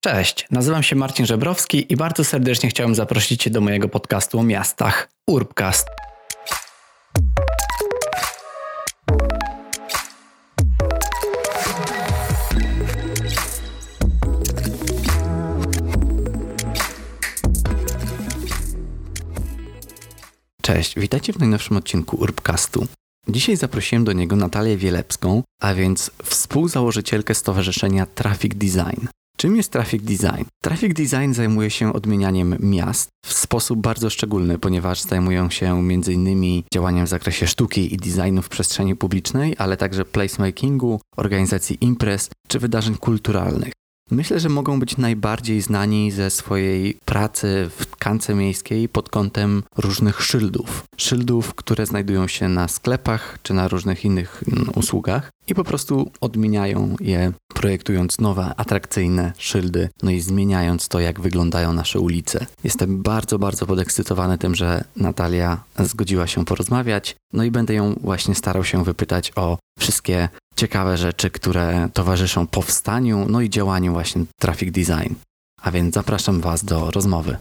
Cześć, nazywam się Marcin Żebrowski i bardzo serdecznie chciałem zaprosić Cię do mojego podcastu o miastach, Urbcast. Cześć, witajcie w najnowszym odcinku Urbcastu. Dzisiaj zaprosiłem do niego Natalię Wielepską, a więc współzałożycielkę stowarzyszenia Traffic Design. Czym jest Traffic Design? Traffic Design zajmuje się odmienianiem miast w sposób bardzo szczególny, ponieważ zajmują się m.in. działaniem w zakresie sztuki i designu w przestrzeni publicznej, ale także placemakingu, organizacji imprez czy wydarzeń kulturalnych. Myślę, że mogą być najbardziej znani ze swojej pracy w tkance miejskiej pod kątem różnych szyldów. Szyldów, które znajdują się na sklepach czy na różnych innych usługach i po prostu odmieniają je, projektując nowe, atrakcyjne szyldy, no i zmieniając to, jak wyglądają nasze ulice. Jestem bardzo, bardzo podekscytowany tym, że Natalia zgodziła się porozmawiać, no i będę ją właśnie starał się wypytać o wszystkie ciekawe rzeczy, które towarzyszą powstaniu, no i działaniu właśnie Traffic Design. A więc zapraszam Was do rozmowy.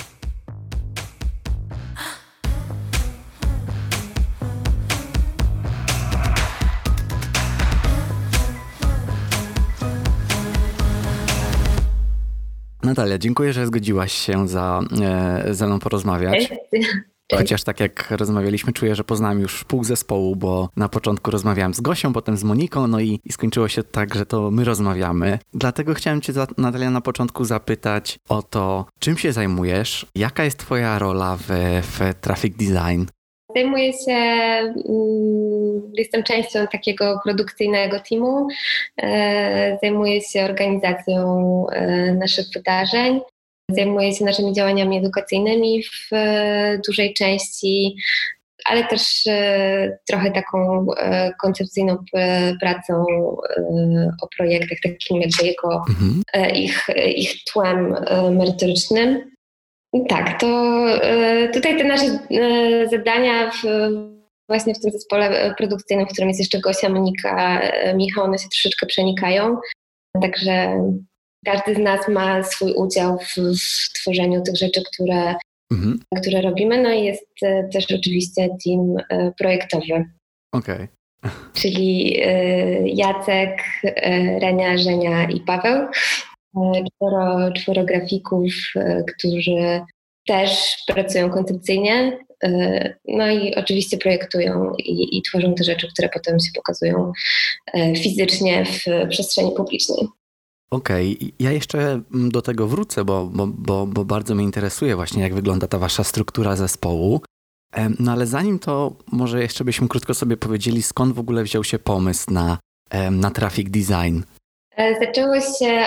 Natalia, dziękuję, że zgodziłaś się ze mną porozmawiać. Chociaż tak jak rozmawialiśmy, czuję, że poznałem już pół zespołu, bo na początku rozmawiałem z Gosią, potem z Moniką, no i skończyło się tak, że to my rozmawiamy. Dlatego chciałem Cię, Natalia, na początku zapytać o to, czym się zajmujesz, jaka jest Twoja rola w Traffic Design? Zajmuję się, jestem częścią takiego produkcyjnego teamu, zajmuję się organizacją naszych wydarzeń, zajmuję się naszymi działaniami edukacyjnymi w dużej części, ale też trochę taką koncepcyjną pracą o projektach, takim jakby jego ich tłem merytorycznym. Tak, to tutaj te nasze zadania właśnie w tym zespole produkcyjnym, w którym jest jeszcze Gosia, Monika, Michał, one się troszeczkę przenikają. Także każdy z nas ma swój udział w tworzeniu tych rzeczy, które robimy. No i jest też oczywiście team projektowy. Okej. Czyli Jacek, Renia, Żenia i Paweł. Czworo grafików, którzy też pracują koncepcyjnie, no i oczywiście projektują i tworzą te rzeczy, które potem się pokazują fizycznie w przestrzeni publicznej. Okej, ja jeszcze do tego wrócę, bo bardzo mnie interesuje właśnie, jak wygląda ta wasza struktura zespołu. No ale zanim to, może jeszcze byśmy krótko sobie powiedzieli, skąd w ogóle wziął się pomysł na Traffic Design? Zaczęło się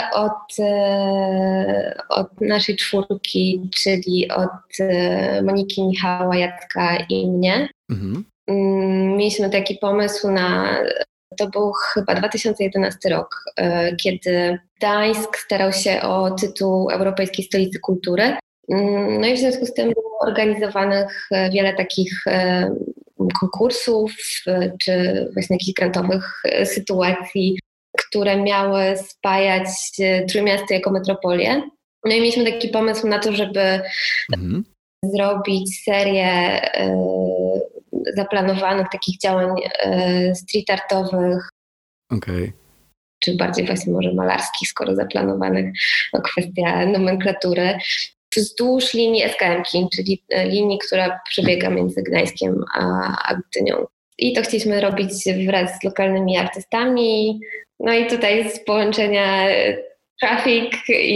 od naszej czwórki, czyli od Moniki, Michała, Jacka i mnie. Mieliśmy taki pomysł to był chyba 2011 rok, kiedy Gdańsk starał się o tytuł Europejskiej Stolicy Kultury. No i w związku z tym było organizowanych wiele takich konkursów, czy właśnie jakichś grantowych sytuacji, które miały spajać Trójmiasto jako metropolię. No i mieliśmy taki pomysł na to, żeby zrobić serię zaplanowanych takich działań street artowych, czy bardziej właśnie może malarskich, skoro zaplanowanych, kwestia nomenklatury, wzdłuż linii SKM-ki, czyli linii, która przebiega między Gdańskiem a Gdynią. I to chcieliśmy robić wraz z lokalnymi artystami. No i tutaj z połączenia traffic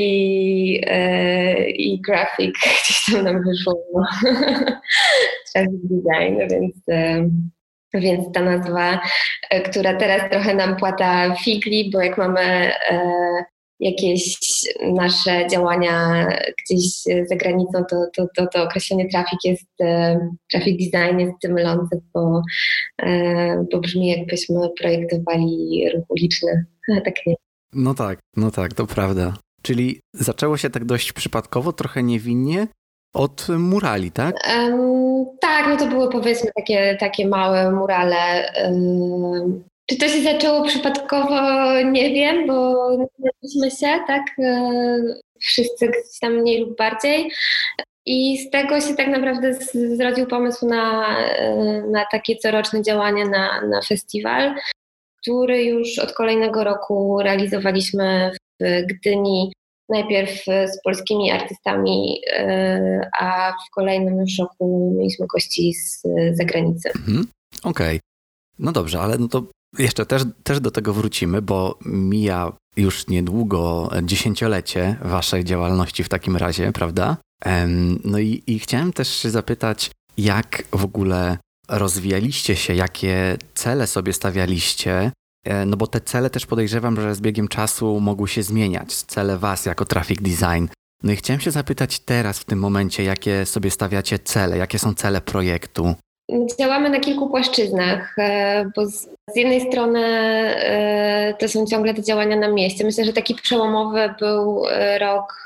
i graphic gdzieś tam nam wyszło traffic design, więc ta nazwa, która teraz trochę nam płata figli, bo jak mamy jakieś nasze działania gdzieś za granicą, to określenie traffic design jest mylące, bo brzmi jakbyśmy projektowali ruch uliczny, ale tak nie. No tak, to prawda. Czyli zaczęło się tak dość przypadkowo, trochę niewinnie od murali, tak? Tak, no to były powiedzmy takie małe murale, Czy to się zaczęło przypadkowo? Nie wiem, bo znaliśmy się, tak? Wszyscy gdzieś tam mniej lub bardziej. I z tego się tak naprawdę zrodził pomysł na takie coroczne działanie na festiwal, który już od kolejnego roku realizowaliśmy w Gdyni. Najpierw z polskimi artystami, a w kolejnym już roku mieliśmy gości z zagranicy. Okej. No dobrze, ale no to jeszcze też do tego wrócimy, bo mija już niedługo 10-lecie waszej działalności w takim razie, prawda? No i chciałem też się zapytać, jak w ogóle rozwijaliście się, jakie cele sobie stawialiście, no bo te cele też podejrzewam, że z biegiem czasu mogły się zmieniać, cele was jako Traffic Design. No i chciałem się zapytać teraz w tym momencie, jakie sobie stawiacie cele, jakie są cele projektu? Działamy na kilku płaszczyznach, bo z jednej strony to są ciągle te działania na mieście. Myślę, że taki przełomowy był rok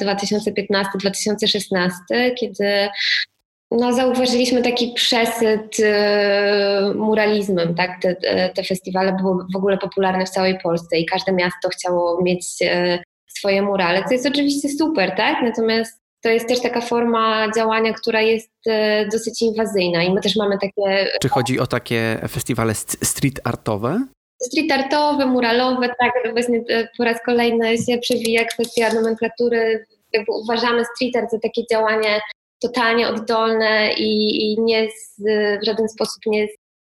2015-2016, kiedy zauważyliśmy taki przesyt muralizmem, tak? Te festiwale były w ogóle popularne w całej Polsce i każde miasto chciało mieć swoje murale, co jest oczywiście super, tak? Natomiast to jest też taka forma działania, która jest dosyć inwazyjna i my też mamy takie... Czy chodzi o takie festiwale street artowe? Street artowe, muralowe, tak, właśnie po raz kolejny się przewija kwestia nomenklatury. Jakby uważamy street art za takie działanie totalnie oddolne i w żaden sposób nie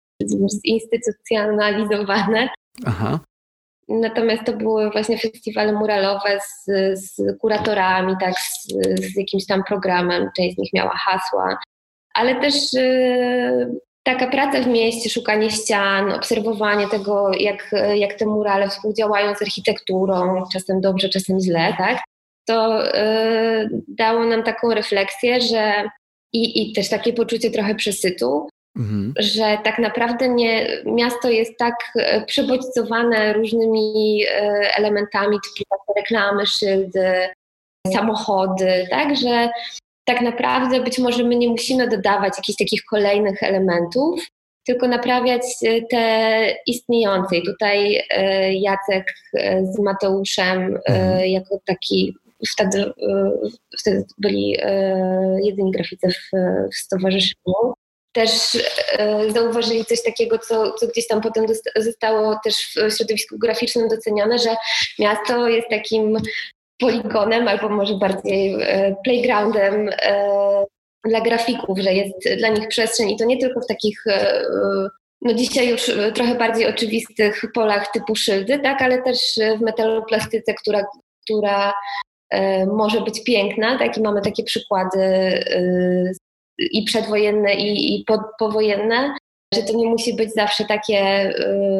zinstytucjonalizowane. Aha. Natomiast to były właśnie festiwale muralowe z kuratorami, tak, z jakimś tam programem. Część z nich miała hasła, ale też taka praca w mieście, szukanie ścian, obserwowanie tego, jak te murale współdziałają z architekturą, czasem dobrze, czasem źle, tak? To dało nam taką refleksję, że i też takie poczucie trochę przesytu, że tak naprawdę miasto jest tak przebodźcowane różnymi elementami, typu reklamy, szyldy, samochody, tak, że tak naprawdę być może my nie musimy dodawać jakichś takich kolejnych elementów, tylko naprawiać te istniejące. I tutaj Jacek z Mateuszem jako taki, wtedy byli jedyni graficy w stowarzyszeniu, też zauważyli coś takiego, co gdzieś tam potem zostało też w środowisku graficznym docenione, że miasto jest takim poligonem albo może bardziej playgroundem dla grafików, że jest dla nich przestrzeń i to nie tylko w takich dzisiaj już trochę bardziej oczywistych polach typu szyldy, tak, ale też w metaloplastyce, która może być piękna, tak, i mamy takie przykłady i przedwojenne, i powojenne, że to nie musi być zawsze takie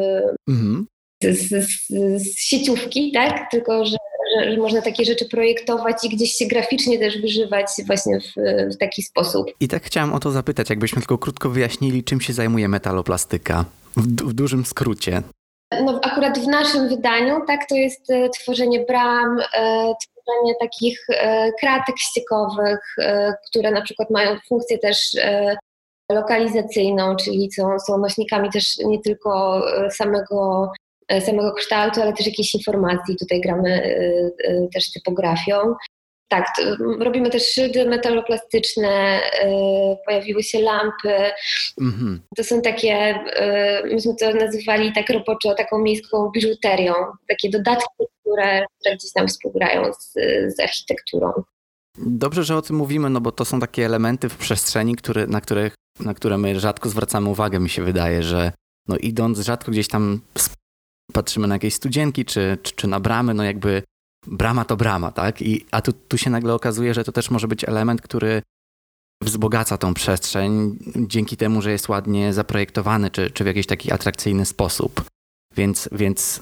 z sieciówki, tak? Tylko, że można takie rzeczy projektować i gdzieś się graficznie też wyżywać właśnie w taki sposób. I tak chciałam o to zapytać, jakbyśmy tylko krótko wyjaśnili, czym się zajmuje metaloplastyka, w dużym skrócie. No, akurat w naszym wydaniu, tak, to jest tworzenie bram, tworzenie takich kratek ściekowych, które na przykład mają funkcję też lokalizacyjną, czyli są nośnikami też nie tylko samego kształtu, ale też jakiejś informacji. Tutaj gramy też typografią. Tak, robimy też szyldy metaloplastyczne, pojawiły się lampy. To są takie, myśmy to nazywali tak roboczo, taką miejską biżuterią. Takie dodatki, które gdzieś tam współgrają z architekturą. Dobrze, że o tym mówimy, no bo to są takie elementy w przestrzeni, na które my rzadko zwracamy uwagę. Mi się wydaje, że no idąc rzadko gdzieś tam patrzymy na jakieś studzienki czy na bramy, no jakby brama to brama, tak? A tu się nagle okazuje, że to też może być element, który wzbogaca tą przestrzeń dzięki temu, że jest ładnie zaprojektowany czy w jakiś taki atrakcyjny sposób. Więc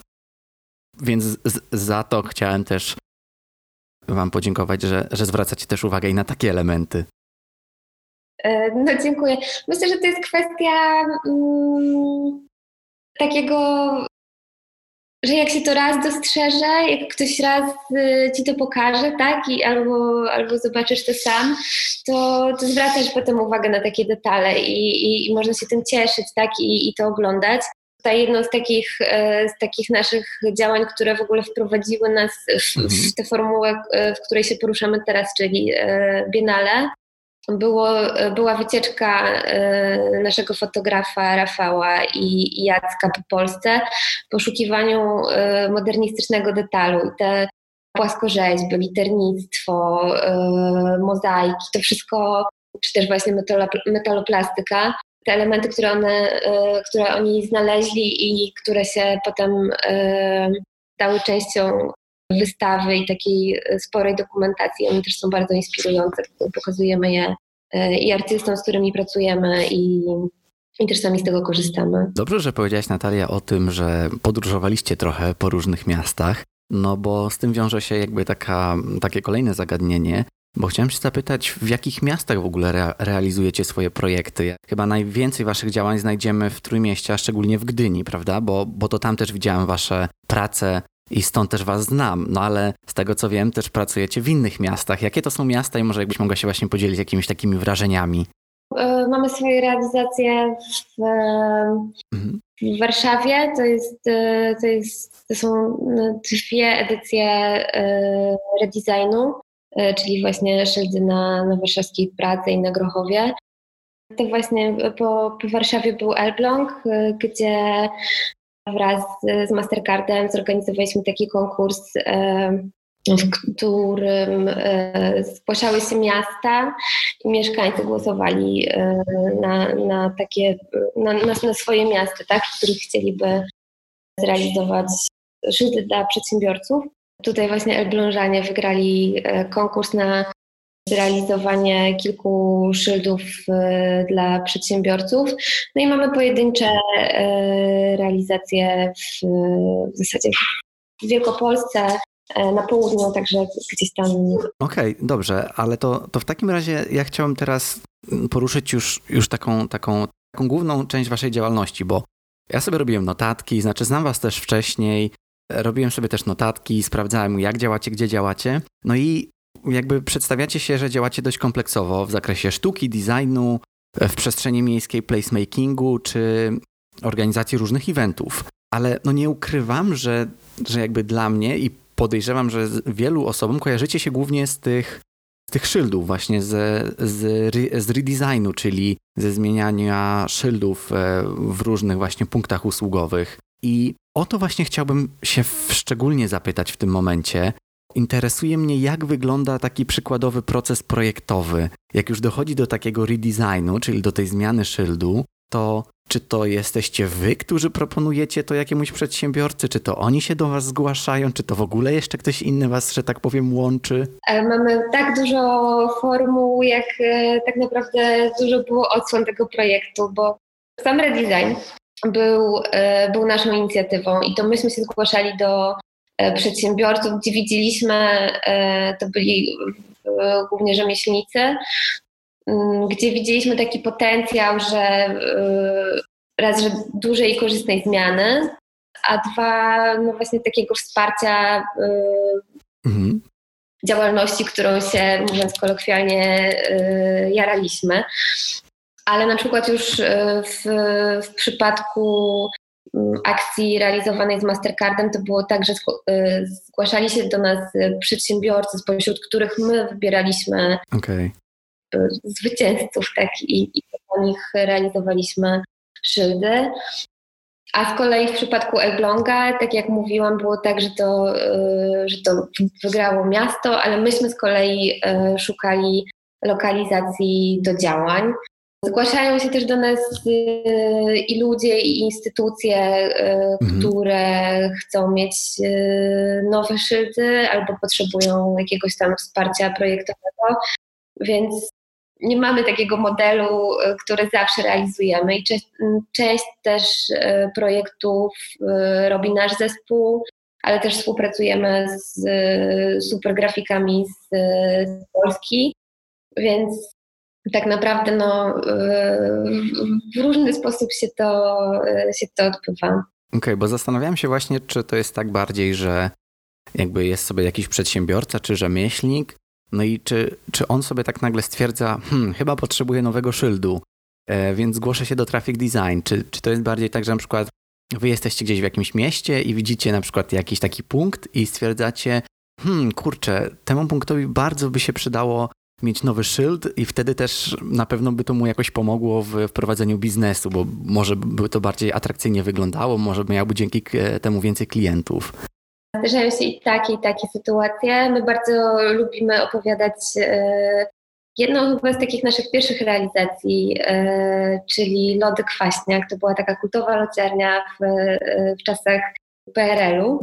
za to chciałem też wam podziękować, że zwracacie też uwagę i na takie elementy. No dziękuję. Myślę, że to jest kwestia takiego, że jak się to raz dostrzeże, jak ktoś raz ci to pokaże, tak, albo zobaczysz to sam, to zwracasz potem uwagę na takie detale i można się tym cieszyć, tak, i to oglądać. To jedno z takich naszych działań, które w ogóle wprowadziły nas w tę formułę, w której się poruszamy teraz, czyli Biennale. Była wycieczka naszego fotografa Rafała i Jacka po Polsce w poszukiwaniu modernistycznego detalu. I te płaskorzeźby, liternictwo, mozaiki, to wszystko, czy też właśnie metaloplastyka, te elementy, które oni znaleźli i które się potem stały częścią wystawy i takiej sporej dokumentacji. One też są bardzo inspirujące. Pokazujemy je i artystom, z którymi pracujemy i też sami z tego korzystamy. Dobrze, że powiedziałaś, Natalia, o tym, że podróżowaliście trochę po różnych miastach, no bo z tym wiąże się jakby takie kolejne zagadnienie, bo chciałem się zapytać, w jakich miastach w ogóle realizujecie swoje projekty? Chyba najwięcej waszych działań znajdziemy w Trójmieście, a szczególnie w Gdyni, prawda? Bo to tam też widziałem wasze prace i stąd też was znam, no ale z tego co wiem, też pracujecie w innych miastach. Jakie to są miasta i może jakbyś mogła się właśnie podzielić jakimiś takimi wrażeniami? Mamy swoje realizacje w Warszawie. To są dwie edycje redesignu, czyli właśnie szyldy na warszawskiej Pradze i na Grochowie. To właśnie po Warszawie był Elbląg, gdzie wraz z Mastercardem zorganizowaliśmy taki konkurs, w którym zgłaszały się miasta i mieszkańcy głosowali na swoje miasta, tak, w których chcieliby zrealizować szyldy dla przedsiębiorców. Tutaj właśnie Elblążanie wygrali konkurs na zrealizowanie kilku szyldów dla przedsiębiorców. No i mamy pojedyncze realizacje w zasadzie w Wielkopolsce, na południu, także gdzieś tam. Okej, dobrze, ale to w takim razie ja chciałem teraz poruszyć już taką główną część waszej działalności, bo ja sobie robiłem notatki, znaczy znam was też wcześniej, robiłem sobie też notatki, sprawdzałem jak działacie, gdzie działacie, no i jakby przedstawiacie się, że działacie dość kompleksowo w zakresie sztuki, designu, w przestrzeni miejskiej, placemakingu czy organizacji różnych eventów. Ale no nie ukrywam, że jakby dla mnie i podejrzewam, że wielu osobom kojarzycie się głównie z tych szyldów właśnie z redesignu, czyli ze zmieniania szyldów w różnych właśnie punktach usługowych. I o to właśnie chciałbym się szczególnie zapytać w tym momencie. Interesuje mnie, jak wygląda taki przykładowy proces projektowy. Jak już dochodzi do takiego redesignu, czyli do tej zmiany szyldu, to czy to jesteście wy, którzy proponujecie to jakiemuś przedsiębiorcy, czy to oni się do was zgłaszają, czy to w ogóle jeszcze ktoś inny was, że tak powiem, łączy? Mamy tak dużo formuł, jak tak naprawdę dużo było odsłon tego projektu, bo sam redesign był naszą inicjatywą i to myśmy się zgłaszali do przedsiębiorców, gdzie widzieliśmy, to byli głównie rzemieślnicy, gdzie widzieliśmy taki potencjał, że raz, że dużej i korzystnej zmiany, a dwa, no właśnie takiego wsparcia działalności, którą się, mówiąc kolokwialnie, jaraliśmy. Ale na przykład już w przypadku akcji realizowanej z Mastercardem to było tak, że zgłaszali się do nas przedsiębiorcy, spośród których my wybieraliśmy zwycięzców, tak, i dla nich realizowaliśmy szyldy. A z kolei w przypadku Elbląga, tak jak mówiłam, było tak, że to wygrało miasto, ale myśmy z kolei szukali lokalizacji do działań. Zgłaszają się też do nas i ludzie, i instytucje, które chcą mieć nowe szyldy albo potrzebują jakiegoś tam wsparcia projektowego, więc nie mamy takiego modelu, który zawsze realizujemy i część też projektów robi nasz zespół, ale też współpracujemy z supergrafikami z Polski, więc tak naprawdę w różny sposób się to odbywa. Okej, bo zastanawiałem się właśnie, czy to jest tak bardziej, że jakby jest sobie jakiś przedsiębiorca czy rzemieślnik, no i czy on sobie tak nagle stwierdza, chyba potrzebuję nowego szyldu, więc zgłoszę się do Traffic Design. Czy to jest bardziej tak, że na przykład wy jesteście gdzieś w jakimś mieście i widzicie na przykład jakiś taki punkt i stwierdzacie, kurczę, temu punktowi bardzo by się przydało mieć nowy szyld i wtedy też na pewno by to mu jakoś pomogło w prowadzeniu biznesu, bo może by to bardziej atrakcyjnie wyglądało, może miałby dzięki temu więcej klientów. Zdarzają się i takie sytuacje. My bardzo lubimy opowiadać jedną chyba z takich naszych pierwszych realizacji, czyli Lody Kwaśniak. To była taka kultowa lodziarnia w czasach PRL-u.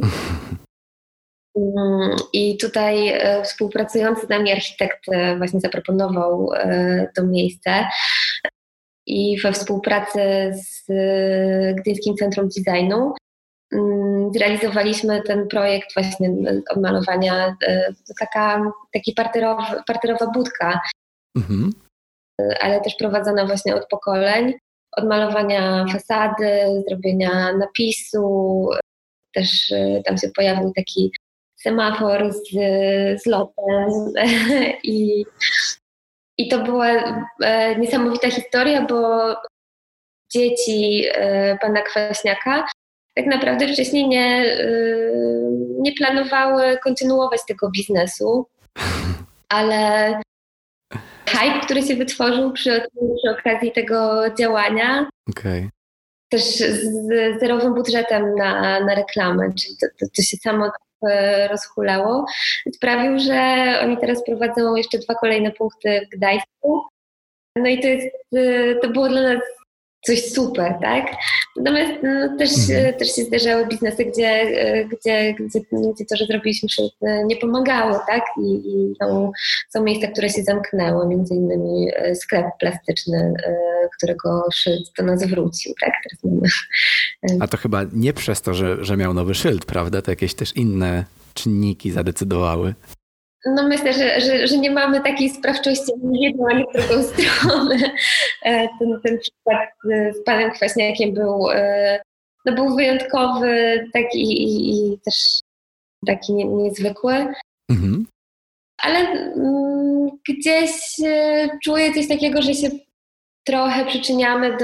I tutaj współpracujący z nami architekt właśnie zaproponował to miejsce i we współpracy z Gdyńskim Centrum Designu zrealizowaliśmy ten projekt właśnie odmalowania, taki parterowa budka, ale też prowadzona właśnie od pokoleń, odmalowania fasady, zrobienia napisu, też tam się pojawił taki semafor z lotem i to była niesamowita historia, bo dzieci pana Kwaśniaka tak naprawdę wcześniej nie planowały kontynuować tego biznesu, ale hype, który się wytworzył przy okazji tego działania, też z zerowym budżetem na reklamę, czyli to się samo rozhulało, sprawił, że oni teraz prowadzą jeszcze 2 kolejne punkty w Gdańsku. No i to było dla nas coś super, tak? Natomiast też się zdarzały biznesy, gdzie to, że zrobiliśmy szyld, nie pomagało, tak? I są miejsca, które się zamknęły, między innymi sklep plastyczny, którego szyld do nas wrócił, tak? Teraz mamy. A to chyba nie przez to, że miał nowy szyld, prawda? To jakieś też inne czynniki zadecydowały. No myślę, że nie mamy takiej sprawczości ani w jedną, ani w drugą stronę. Ten przykład z panem Kwaśniakiem był wyjątkowy, taki i też taki niezwykły. Ale gdzieś czuję coś takiego, że się trochę przyczyniamy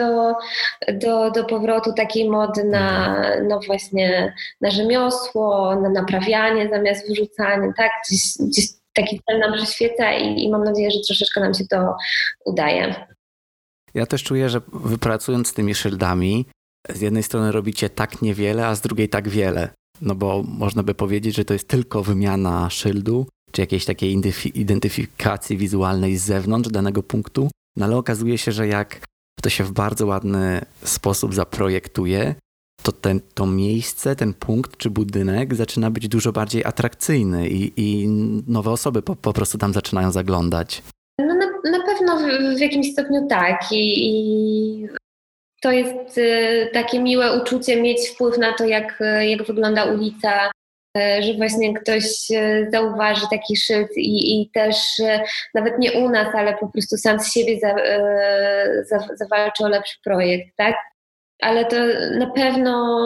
do powrotu takiej mody na właśnie na rzemiosło, na naprawianie zamiast wyrzucania, tak? Gdzieś taki cel nam przyświeca i mam nadzieję, że troszeczkę nam się to udaje. Ja też czuję, że wy pracując z tymi szyldami, z jednej strony robicie tak niewiele, a z drugiej tak wiele. No bo można by powiedzieć, że to jest tylko wymiana szyldu, czy jakiejś takiej identyfikacji wizualnej z zewnątrz danego punktu. No ale okazuje się, że jak to się w bardzo ładny sposób zaprojektuje, to to miejsce, ten punkt czy budynek zaczyna być dużo bardziej atrakcyjny i nowe osoby po prostu tam zaczynają zaglądać. No na pewno w jakimś stopniu tak i to jest takie miłe uczucie mieć wpływ na to, jak wygląda ulica, że właśnie ktoś zauważy taki szyld i też nawet nie u nas, ale po prostu sam z siebie zawalczy o lepszy projekt, tak? Ale to na pewno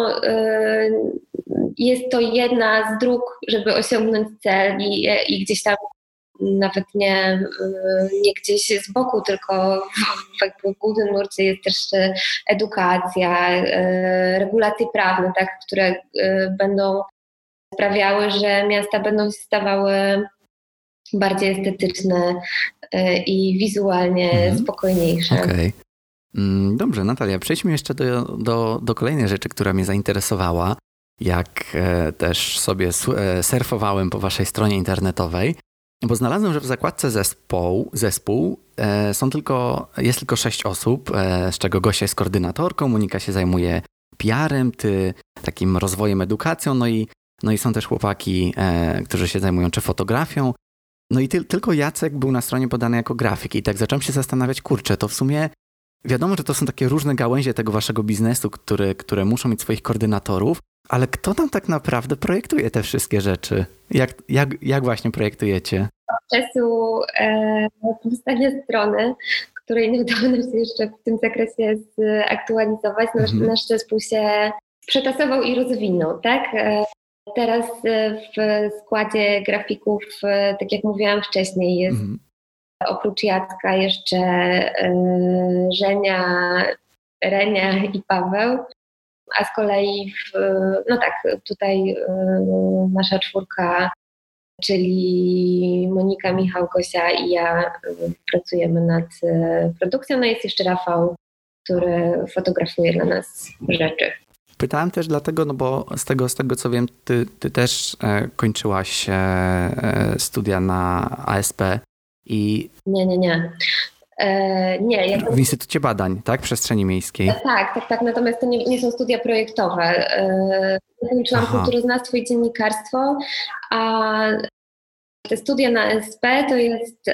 jest to jedna z dróg, żeby osiągnąć cel i gdzieś tam nawet nie gdzieś z boku, tylko w głównym nurcie jest też edukacja, regulacje prawne, tak, które będą sprawiały, że miasta będą się stawały bardziej estetyczne i wizualnie spokojniejsze. Okay. Dobrze, Natalia, przejdźmy jeszcze do kolejnej rzeczy, która mnie zainteresowała. Jak też sobie surfowałem po waszej stronie internetowej, bo znalazłem, że w zakładce zespół jest tylko 6 osób, z czego Gosia jest koordynatorką, Monika się zajmuje PR-em, ty takim rozwojem, edukacją, no i są też chłopaki, którzy się zajmują czy fotografią. No i tylko Jacek był na stronie podany jako grafik i tak zacząłem się zastanawiać, kurczę, to w sumie wiadomo, że to są takie różne gałęzie tego waszego biznesu, które muszą mieć swoich koordynatorów, ale kto tam tak naprawdę projektuje te wszystkie rzeczy? Jak właśnie projektujecie? Od czasu powstania strony, której nie udało nam się jeszcze w tym zakresie zaktualizować, nasz zespół się przetasował i rozwinął, tak? Teraz w składzie grafików, tak jak mówiłam wcześniej, jest oprócz Jacka jeszcze Żenia, Renia i Paweł. a z kolei no tak, tutaj nasza czwórka, czyli Monika, Michał, Gosia i ja pracujemy nad produkcją. No jest jeszcze Rafał, który fotografuje dla nas rzeczy. Pytałem też dlatego, no bo z tego co wiem, ty też kończyłaś studia na ASP i... Nie. Nie, w Instytucie Badań, tak? Przestrzeni Miejskiej. Tak. Natomiast to nie są studia projektowe. Kończyłam kulturoznawstwo i dziennikarstwo, a te studia na ASP to jest...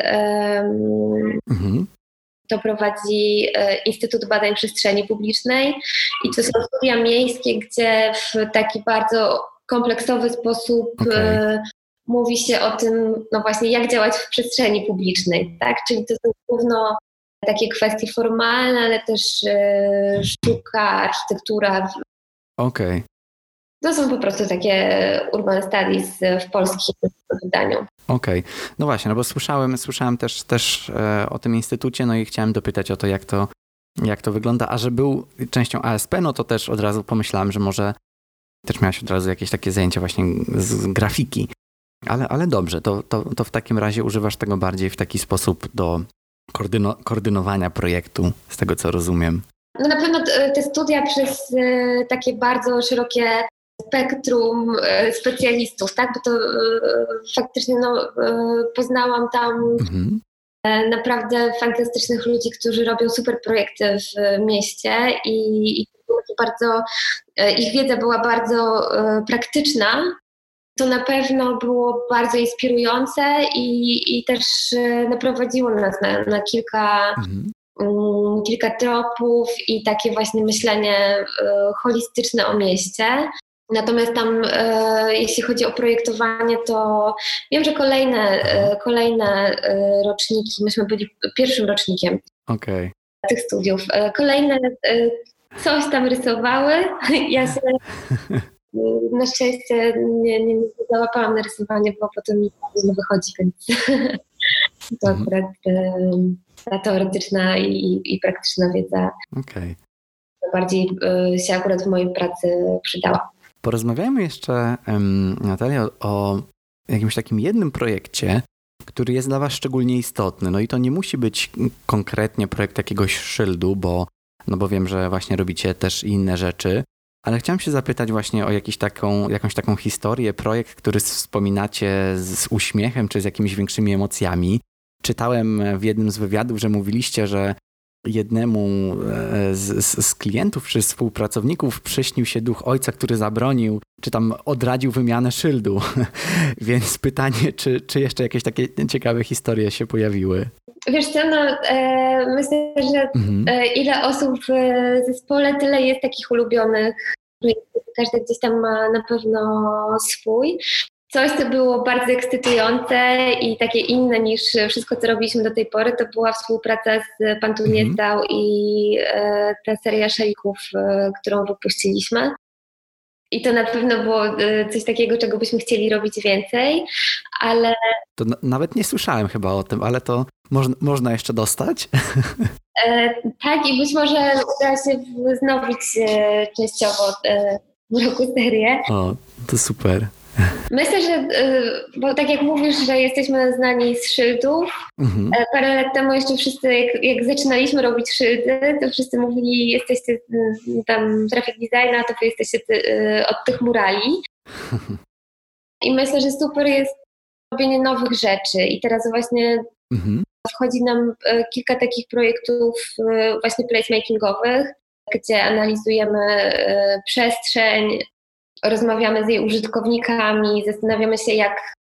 To prowadzi Instytut Badań Przestrzeni Publicznej i to są studia miejskie, gdzie w taki bardzo kompleksowy sposób mówi się o tym, no właśnie, jak działać w przestrzeni publicznej, tak? Czyli to są głównie takie kwestie formalne, ale też sztuka, architektura. Okej. To są po prostu takie urban studies w polskim wydaniu. Okej. No właśnie, no bo słyszałem też o tym instytucie, no i chciałem dopytać o to, jak to wygląda, a że był częścią ASP, no to też od razu pomyślałem, że może też miałaś od razu jakieś takie zajęcia właśnie z grafiki. Ale dobrze, to w takim razie używasz tego bardziej w taki sposób do koordynowania projektu, z tego co rozumiem. No na pewno te studia przez takie bardzo szerokie spektrum specjalistów, tak? Bo to faktycznie poznałam tam naprawdę fantastycznych ludzi, którzy robią super projekty w mieście i bardzo, ich wiedza była bardzo praktyczna. To na pewno było bardzo inspirujące i też naprowadziło nas na kilka tropów i takie właśnie myślenie holistyczne o mieście. Natomiast tam, jeśli chodzi o projektowanie, to wiem, że kolejne roczniki, myśmy byli pierwszym rocznikiem tych studiów, kolejne coś tam rysowały. Ja się na szczęście nie załapałam na rysowanie, bo potem mi nie wychodzi, więc to akurat ta teoretyczna i praktyczna wiedza bardziej się akurat w mojej pracy przydała. Porozmawiajmy jeszcze, Natalia, o jakimś takim jednym projekcie, który jest dla was szczególnie istotny. No i to nie musi być konkretnie projekt jakiegoś szyldu, bo wiem, że właśnie robicie też inne rzeczy, ale chciałem się zapytać właśnie o jakąś taką historię, projekt, który wspominacie z uśmiechem czy z jakimiś większymi emocjami. Czytałem w jednym z wywiadów, że mówiliście, że jednemu z klientów czy współpracowników przyśnił się duch ojca, który zabronił, czy tam odradził wymianę szyldu. Więc pytanie, czy jeszcze jakieś takie ciekawe historie się pojawiły? Wiesz co, myślę, że ile osób w zespole, tyle jest takich ulubionych projektów. Każdy gdzieś tam ma na pewno swój. Coś, co było bardzo ekscytujące i takie inne niż wszystko, co robiliśmy do tej pory, to była współpraca z Pantunietą i ta seria szejków, którą wypuściliśmy. I to na pewno było coś takiego, czego byśmy chcieli robić więcej, ale... To nawet nie słyszałem chyba o tym, ale to można jeszcze dostać? Tak, i być może uda się wznowić częściowo w roku serię. O, to super. Myślę, że, bo tak jak mówisz, że jesteśmy znani z szyldów, parę lat temu jeszcze wszyscy, jak zaczynaliśmy robić szyldy, to wszyscy mówili, jesteście tam graphic designa, to wy jesteście od tych murali. I myślę, że super jest robienie nowych rzeczy i teraz właśnie wchodzi nam kilka takich projektów właśnie placemakingowych, gdzie analizujemy przestrzeń, rozmawiamy z jej użytkownikami, zastanawiamy się, jak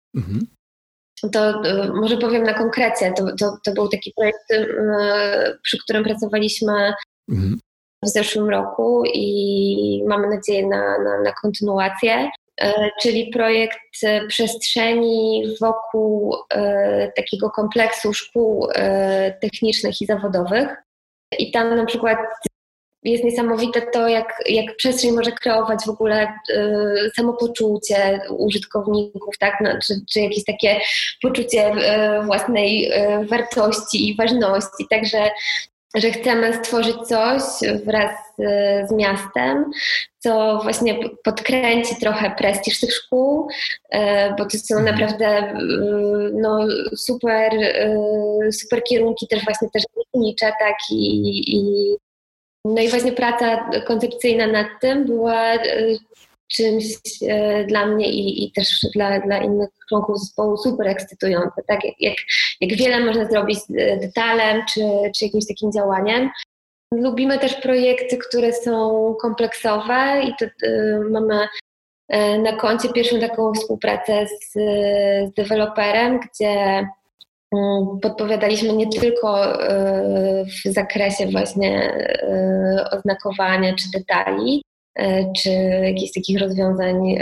to może powiem na konkrecie. To był taki projekt, przy którym pracowaliśmy w zeszłym roku i mamy nadzieję na kontynuację, czyli projekt przestrzeni wokół takiego kompleksu szkół technicznych i zawodowych. I tam na przykład jest niesamowite to, jak przestrzeń może kreować w ogóle samopoczucie użytkowników, tak? No, czy jakieś takie poczucie własnej wartości i ważności. Także że chcemy stworzyć coś wraz z miastem, co właśnie podkręci trochę prestiż tych szkół, bo to są naprawdę no, super kierunki też właśnie też techniczne, tak no i właśnie praca koncepcyjna nad tym była czymś dla mnie i też dla innych członków zespołu super ekscytujące. Tak? Jak wiele można zrobić z detalem czy jakimś takim działaniem. Lubimy też projekty, które są kompleksowe i to mamy na koncie pierwszą taką współpracę z deweloperem, gdzie podpowiadaliśmy nie tylko w zakresie właśnie oznakowania czy detali, czy jakichś takich rozwiązań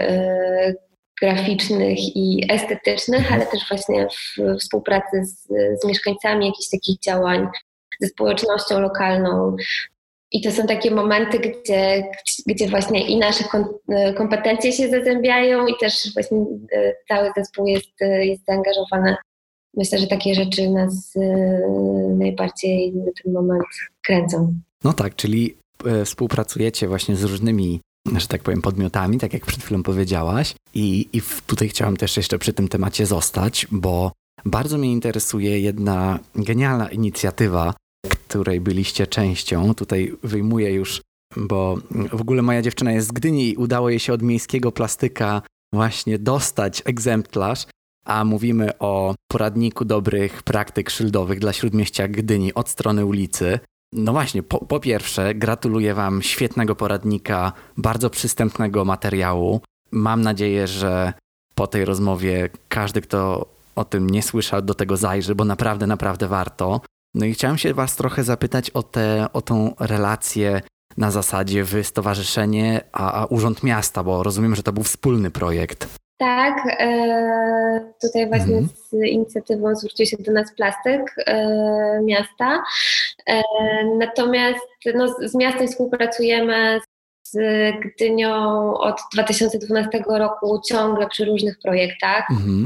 graficznych i estetycznych, ale też właśnie w współpracy z mieszkańcami jakichś takich działań, ze społecznością lokalną. I to są takie momenty, gdzie właśnie i nasze kompetencje się zazębiają i też właśnie cały zespół jest zaangażowany. Myślę, że takie rzeczy nas najbardziej na ten moment kręcą. No tak, czyli współpracujecie właśnie z różnymi, że tak powiem, podmiotami, tak jak przed chwilą powiedziałaś. I tutaj chciałam też jeszcze przy tym temacie zostać, bo bardzo mnie interesuje jedna genialna inicjatywa, której byliście częścią. Tutaj wyjmuję już, bo w ogóle moja dziewczyna jest z Gdyni i udało jej się od Miejskiego Plastyka właśnie dostać egzemplarz, a mówimy o poradniku dobrych praktyk szyldowych dla Śródmieścia Gdyni od strony ulicy. No właśnie, po pierwsze gratuluję Wam świetnego poradnika, bardzo przystępnego materiału. Mam nadzieję, że po tej rozmowie każdy, kto o tym nie słyszał, do tego zajrzy, bo naprawdę, naprawdę warto. No i chciałem się Was trochę zapytać o tą relację na zasadzie wy stowarzyszenie, a Urząd Miasta, bo rozumiem, że to był wspólny projekt. Tak, tutaj właśnie z inicjatywą zwrócił się do nas Plastyk miasta. Natomiast no, z miastem współpracujemy z Gdynią od 2012 roku ciągle przy różnych projektach,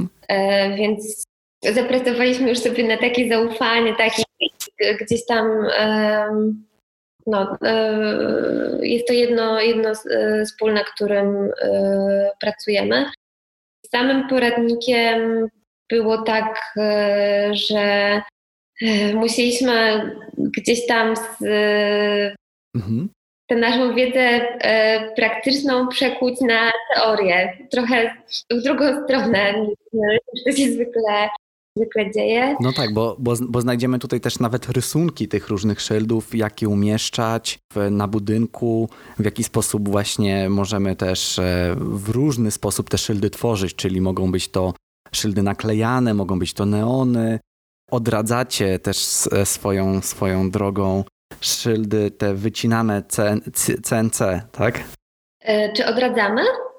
więc zapracowaliśmy już sobie na takie zaufanie, takie gdzieś tam jest to jedno wspólne, na którym pracujemy. Samym poradnikiem było tak, że musieliśmy gdzieś tam tę naszą wiedzę praktyczną przekuć na teorię. Trochę w drugą stronę niż to się zwykle dzieje. No tak, bo znajdziemy tutaj też nawet rysunki tych różnych szyldów, jak je umieszczać na budynku, w jaki sposób właśnie możemy też w różny sposób te szyldy tworzyć, czyli mogą być to szyldy naklejane, mogą być to neony. Odradzacie też swoją drogą szyldy te wycinane CNC, tak? Czy odradzamy?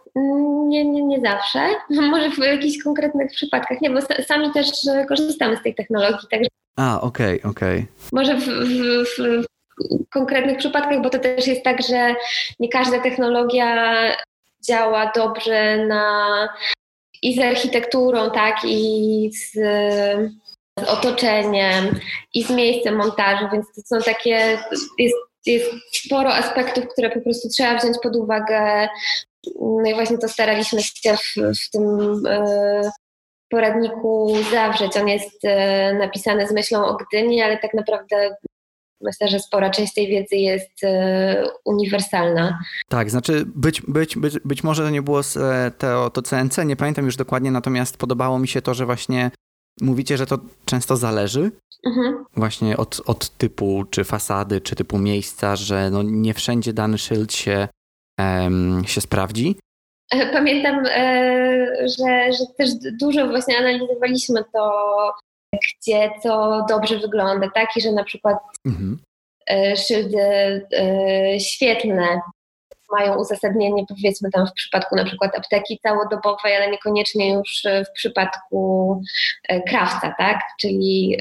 Nie zawsze. Może w jakichś konkretnych przypadkach. Nie, bo sami też korzystamy z tej technologii. Także Okej. może w konkretnych przypadkach, bo to też jest tak, że nie każda technologia działa dobrze i z architekturą, tak, i z otoczeniem, i z miejscem montażu, więc to są takie, jest sporo aspektów, które po prostu trzeba wziąć pod uwagę. No i właśnie to staraliśmy się w tym poradniku zawrzeć. On jest napisany z myślą o Gdyni, ale tak naprawdę myślę, że spora część tej wiedzy jest uniwersalna. Tak, znaczy być może to nie było to CNC, nie pamiętam już dokładnie, natomiast podobało mi się to, że właśnie mówicie, że to często zależy właśnie od typu czy fasady, czy typu miejsca, że no nie wszędzie dany szyld się sprawdzi. Pamiętam, że też dużo właśnie analizowaliśmy to, gdzie co dobrze wygląda, tak? I że na przykład szyldy świetlne mają uzasadnienie, powiedzmy tam w przypadku na przykład apteki całodobowej, ale niekoniecznie już w przypadku krawca, tak? Czyli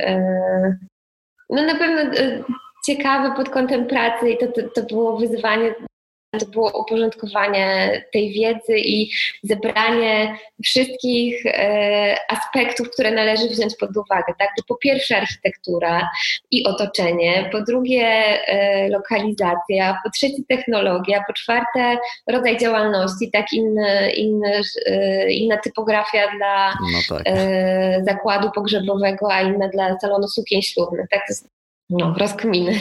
no na pewno ciekawe pod kątem pracy i to było wyzwanie to było uporządkowanie tej wiedzy i zebranie wszystkich aspektów, które należy wziąć pod uwagę. Tak? To po pierwsze architektura i otoczenie, po drugie lokalizacja, po trzecie technologia, po czwarte rodzaj działalności, tak inna typografia dla zakładu pogrzebowego, a inna dla salonu sukien ślubnych. Tak? To jest rozkminy.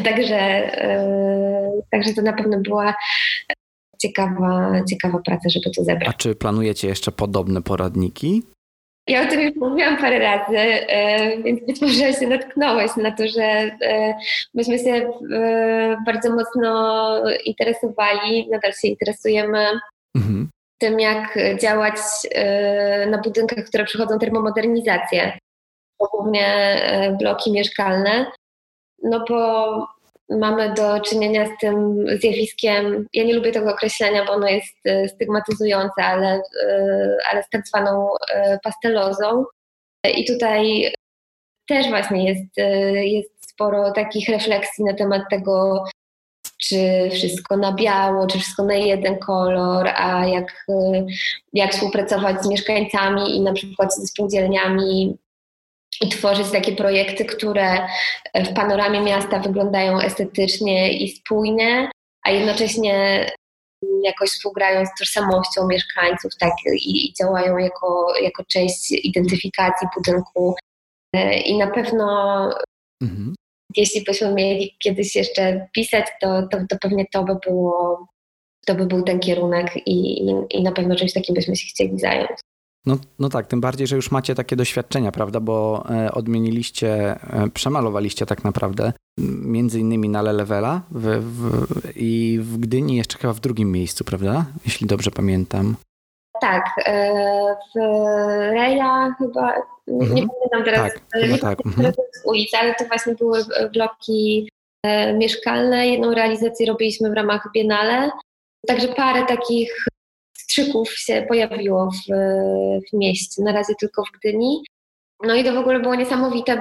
Także to na pewno była ciekawa praca, żeby to zebrać. A czy planujecie jeszcze podobne poradniki? Ja o tym już mówiłam parę razy, więc być może się natknąłeś na to, że myśmy się bardzo mocno interesowali, nadal się interesujemy tym, jak działać na budynkach, które przechodzą termomodernizację. To głównie bloki mieszkalne. No bo mamy do czynienia z tym zjawiskiem, ja nie lubię tego określenia, bo ono jest stygmatyzujące, ale z tak zwaną pastelozą. I tutaj też właśnie jest sporo takich refleksji na temat tego, czy wszystko na biało, czy wszystko na jeden kolor, a jak współpracować z mieszkańcami i na przykład ze spółdzielniami i tworzyć takie projekty, które w panoramie miasta wyglądają estetycznie i spójnie, a jednocześnie jakoś współgrają z tożsamością mieszkańców, tak, i działają jako część identyfikacji budynku. I na pewno jeśli byśmy mieli kiedyś jeszcze pisać, to pewnie to by był ten kierunek i na pewno czymś takim byśmy się chcieli zająć. No tak, tym bardziej, że już macie takie doświadczenia, prawda, bo przemalowaliście tak naprawdę między innymi na Lelewela i w Gdyni jeszcze chyba w drugim miejscu, prawda, jeśli dobrze pamiętam. Tak, w Reja chyba, nie pamiętam teraz, z ulicy, ale to właśnie były bloki mieszkalne. Jedną realizację robiliśmy w ramach Biennale, także parę takich strzyków się pojawiło w mieście, na razie tylko w Gdyni. No i to w ogóle było niesamowite,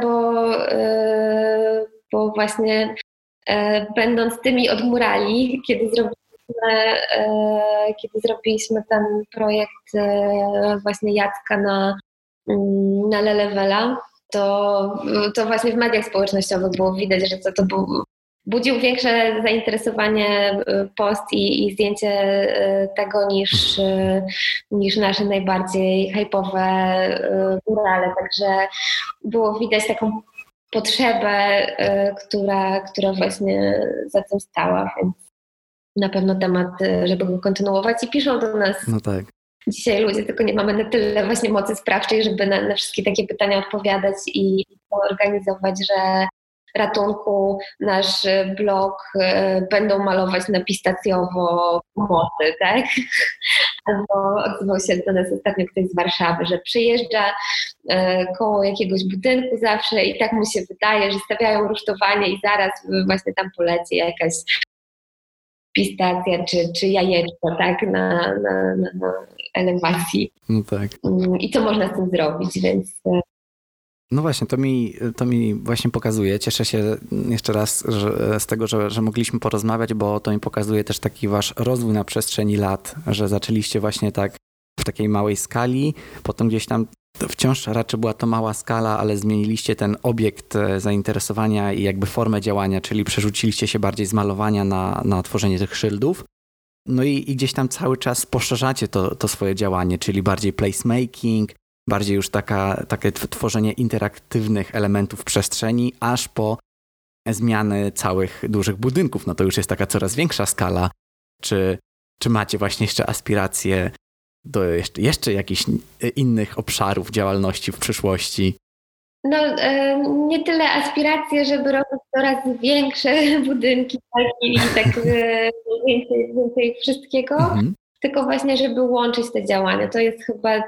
bo właśnie będąc tymi od murali, kiedy zrobiliśmy ten projekt właśnie Jacka na Lelewela, to właśnie w mediach społecznościowych było widać, że to budził większe zainteresowanie post i zdjęcie tego niż nasze najbardziej hype'owe murale. Także było widać taką potrzebę, która właśnie za tym stała, więc na pewno temat, żeby go kontynuować i piszą do nas. No tak. Dzisiaj ludzie, tylko nie mamy na tyle właśnie mocy sprawczej, żeby na wszystkie takie pytania odpowiadać i organizować, że ratunku nasz blog będą malować na pistacjowo mocy, tak? Albo odzywał się do nas ostatnio ktoś z Warszawy, że przyjeżdża koło jakiegoś budynku zawsze i tak mu się wydaje, że stawiają rusztowanie i zaraz właśnie tam poleci jakaś pistacja czy jajeczko, tak? Na elewacji. No tak. I co można z tym zrobić, więc... No właśnie, to mi właśnie pokazuje. Cieszę się jeszcze raz z tego, że mogliśmy porozmawiać, bo to mi pokazuje też taki wasz rozwój na przestrzeni lat, że zaczęliście właśnie tak w takiej małej skali, potem gdzieś tam wciąż raczej była to mała skala, ale zmieniliście ten obiekt zainteresowania i jakby formę działania, czyli przerzuciliście się bardziej z malowania na tworzenie tych szyldów. No i gdzieś tam cały czas poszerzacie to swoje działanie, czyli bardziej placemaking, bardziej już takie tworzenie interaktywnych elementów przestrzeni, aż po zmiany całych dużych budynków. No to już jest taka coraz większa skala. Czy macie właśnie jeszcze aspiracje do jeszcze jakichś innych obszarów działalności w przyszłości? No, nie tyle aspiracje, żeby robić coraz większe budynki, tak, i tak więcej wszystkiego, tylko właśnie, żeby łączyć te działania. To jest chyba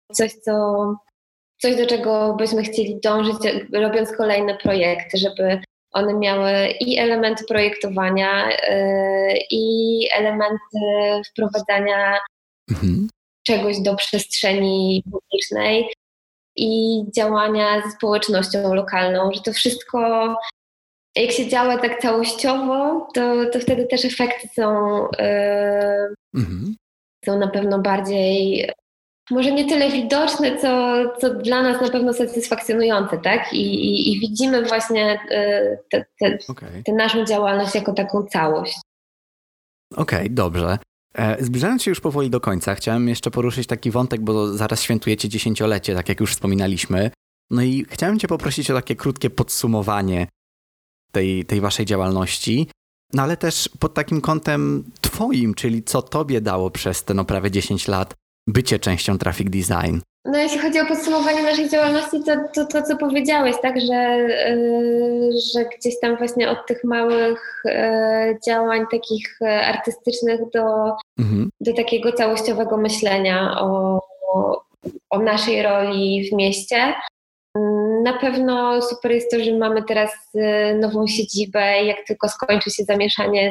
coś, do czego byśmy chcieli dążyć, robiąc kolejne projekty, żeby one miały i elementy projektowania, i elementy wprowadzania czegoś do przestrzeni publicznej i działania ze społecznością lokalną, że to wszystko Jak się działa tak całościowo, to wtedy też efekty są na pewno bardziej, może nie tyle widoczne, co dla nas na pewno satysfakcjonujące, tak? I widzimy właśnie tę naszą działalność jako taką całość. Okej, dobrze. Zbliżając się już powoli do końca, chciałem jeszcze poruszyć taki wątek, bo zaraz świętujecie 10-lecie, tak jak już wspominaliśmy. No i chciałem cię poprosić o takie krótkie podsumowanie tej waszej działalności, no ale też pod takim kątem twoim, czyli co tobie dało przez te prawie 10 lat bycie częścią Traffic Design. No jeśli chodzi o podsumowanie naszej działalności, to co powiedziałeś, tak, że gdzieś tam właśnie od tych małych działań takich artystycznych do takiego całościowego myślenia o naszej roli w mieście. Na pewno super jest to, że mamy teraz nową siedzibę. Jak tylko skończy się zamieszanie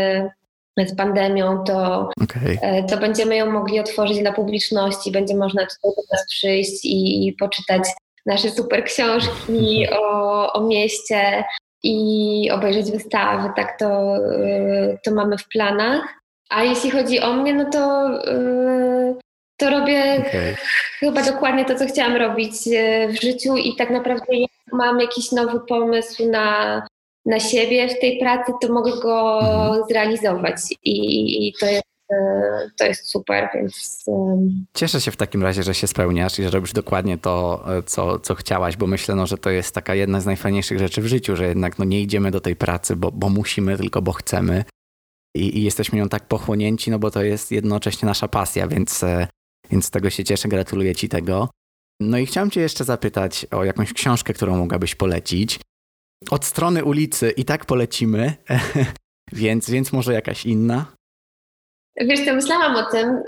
z pandemią, to będziemy ją mogli otworzyć dla publiczności. Będzie można tutaj do nas przyjść i poczytać nasze super książki o mieście i obejrzeć wystawy. Tak to mamy w planach. A jeśli chodzi o mnie, no to robię chyba dokładnie to, co chciałam robić w życiu i tak naprawdę jak mam jakiś nowy pomysł na siebie w tej pracy, to mogę go zrealizować i to jest super, więc... Cieszę się w takim razie, że się spełniasz i że robisz dokładnie to, co chciałaś, bo myślę, że to jest taka jedna z najfajniejszych rzeczy w życiu, że jednak nie idziemy do tej pracy, bo musimy, tylko bo chcemy i jesteśmy nią tak pochłonięci, no bo to jest jednocześnie nasza pasja, więc z tego się cieszę, gratuluję ci tego. No i chciałem cię jeszcze zapytać o jakąś książkę, którą mogłabyś polecić. Od strony ulicy i tak polecimy, więc może jakaś inna? Wiesz co, myślałam o tym,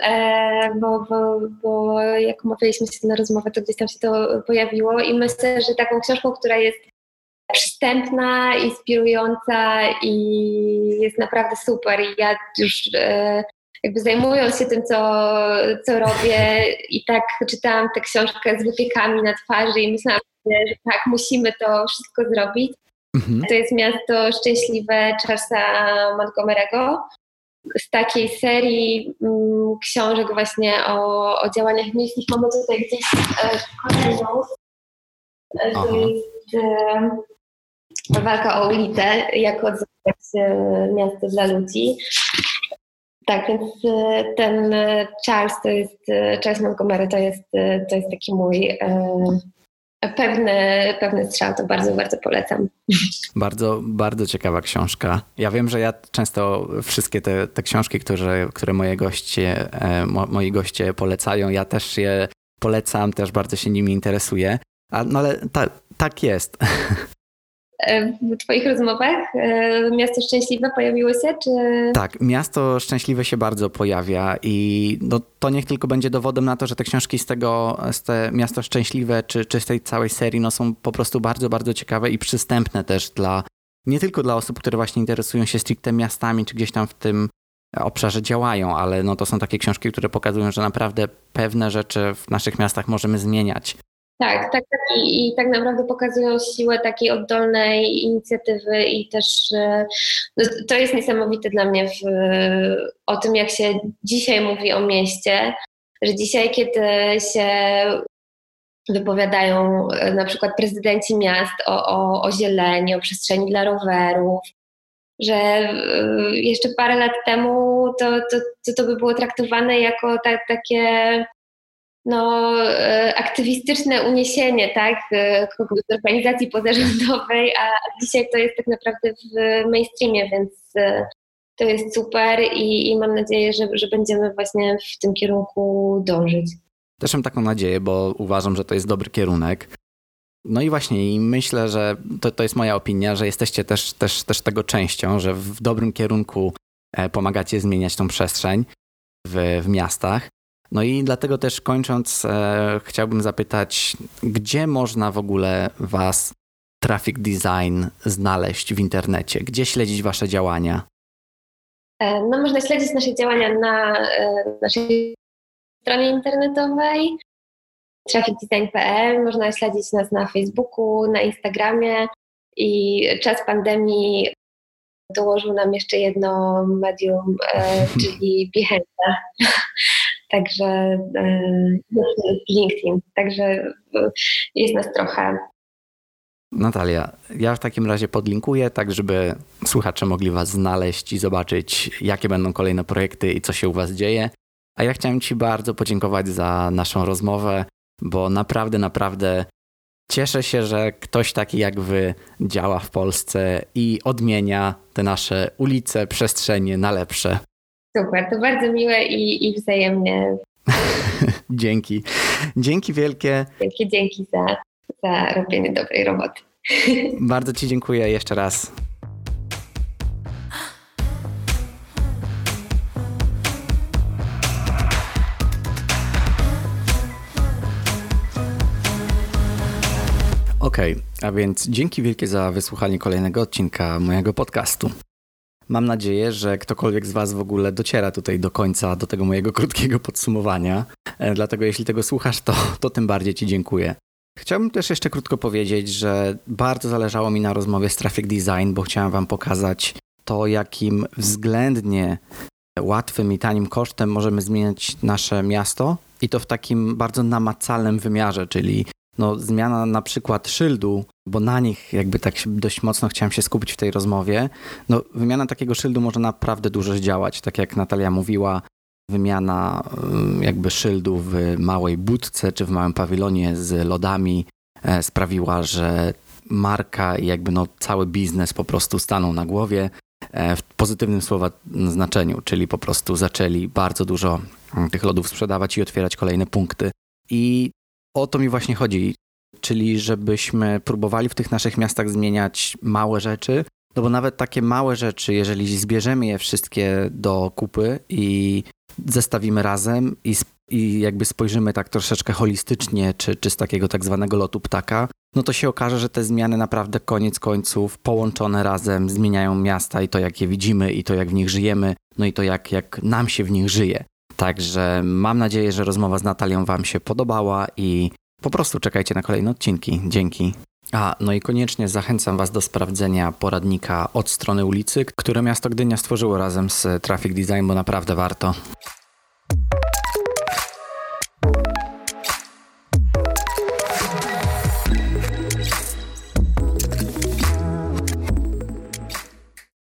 bo jak umawialiśmy się na rozmowę, to gdzieś tam się to pojawiło i myślę, że taką książką, która jest przystępna, inspirująca i jest naprawdę super. I ja już jakby zajmując się tym, co robię i tak czytałam tę książkę z wypiekami na twarzy i myślałam, że tak, musimy to wszystko zrobić. To jest Miasto Szczęśliwe Charlesa Montgomery'ego. Z takiej serii książek właśnie o działaniach miejskich mamy tutaj gdzieś kolejną. To jest walka o ulicę, jak odzyskać miasto dla ludzi. Tak, więc ten Charles Montgomery to jest taki mój pewny strzał, to bardzo, bardzo polecam. Bardzo, bardzo ciekawa książka. Ja wiem, że ja często wszystkie te książki, które moi goście polecają, ja też je polecam, też bardzo się nimi interesuję, ale tak jest. W twoich rozmowach Miasto Szczęśliwe pojawiło się, czy... Tak, Miasto Szczęśliwe się bardzo pojawia i to niech tylko będzie dowodem na to, że te książki z te Miasto Szczęśliwe czy z tej całej serii są po prostu bardzo, bardzo ciekawe i przystępne też nie tylko dla osób, które właśnie interesują się stricte miastami, czy gdzieś tam w tym obszarze działają, ale to są takie książki, które pokazują, że naprawdę pewne rzeczy w naszych miastach możemy zmieniać. Tak. I tak naprawdę pokazują siłę takiej oddolnej inicjatywy i też to jest niesamowite dla mnie o tym, jak się dzisiaj mówi o mieście, że dzisiaj, kiedy się wypowiadają na przykład prezydenci miast o zieleni, o przestrzeni dla rowerów, że jeszcze parę lat temu to by było traktowane jako takie aktywistyczne uniesienie, tak, kogoś z organizacji pozarządowej, a dzisiaj to jest tak naprawdę w mainstreamie, więc to jest super i mam nadzieję, że będziemy właśnie w tym kierunku dążyć. Też mam taką nadzieję, bo uważam, że to jest dobry kierunek. No i właśnie i myślę, że to jest moja opinia, że jesteście też tego częścią, że w dobrym kierunku pomagacie zmieniać tą przestrzeń w miastach. No i dlatego też kończąc, chciałbym zapytać, gdzie można w ogóle was, Traffic Design, znaleźć w internecie? Gdzie śledzić wasze działania? Można śledzić nasze działania na naszej stronie internetowej trafficdesign.pl. Można śledzić nas na Facebooku, na Instagramie i czas pandemii dołożył nam jeszcze jedno medium, czyli Behance. Także LinkedIn. Także jest nas trochę. Natalia, ja w takim razie podlinkuję, tak żeby słuchacze mogli Was znaleźć i zobaczyć, jakie będą kolejne projekty i co się u Was dzieje. A ja chciałem Ci bardzo podziękować za naszą rozmowę, bo naprawdę cieszę się, że ktoś taki jak Wy działa w Polsce i odmienia te nasze ulice, przestrzenie na lepsze. Super, to bardzo miłe i wzajemnie. Dzięki. Dzięki wielkie. Wielkie dzięki za robienie dobrej roboty. Bardzo Ci dziękuję jeszcze raz. Okej, a więc dzięki wielkie za wysłuchanie kolejnego odcinka mojego podcastu. Mam nadzieję, że ktokolwiek z Was w ogóle dociera tutaj do końca, do tego mojego krótkiego podsumowania. Dlatego jeśli tego słuchasz, to tym bardziej Ci dziękuję. Chciałbym też jeszcze krótko powiedzieć, że bardzo zależało mi na rozmowie z Traffic Design, bo chciałem Wam pokazać to, jakim względnie łatwym i tanim kosztem możemy zmieniać nasze miasto i to w takim bardzo namacalnym wymiarze, czyli zmiana na przykład szyldu, bo na nich jakby tak dość mocno chciałem się skupić w tej rozmowie. Wymiana takiego szyldu może naprawdę dużo zdziałać, tak jak Natalia mówiła, wymiana jakby szyldu w małej budce czy w małym pawilonie z lodami sprawiła, że marka i jakby cały biznes po prostu stanął na głowie w pozytywnym słowa znaczeniu, czyli po prostu zaczęli bardzo dużo tych lodów sprzedawać i otwierać kolejne punkty. I o to mi właśnie chodzi, czyli żebyśmy próbowali w tych naszych miastach zmieniać małe rzeczy, bo nawet takie małe rzeczy, jeżeli zbierzemy je wszystkie do kupy i zestawimy razem i jakby spojrzymy tak troszeczkę holistycznie, czy z takiego tak zwanego lotu ptaka, to się okaże, że te zmiany naprawdę koniec końców połączone razem zmieniają miasta i to jak je widzimy i to jak w nich żyjemy, i to jak nam się w nich żyje. Także mam nadzieję, że rozmowa z Natalią Wam się podobała i po prostu czekajcie na kolejne odcinki. Dzięki. I koniecznie zachęcam Was do sprawdzenia poradnika Od strony ulicy, które miasto Gdynia stworzyło razem z Traffic Design, bo naprawdę warto.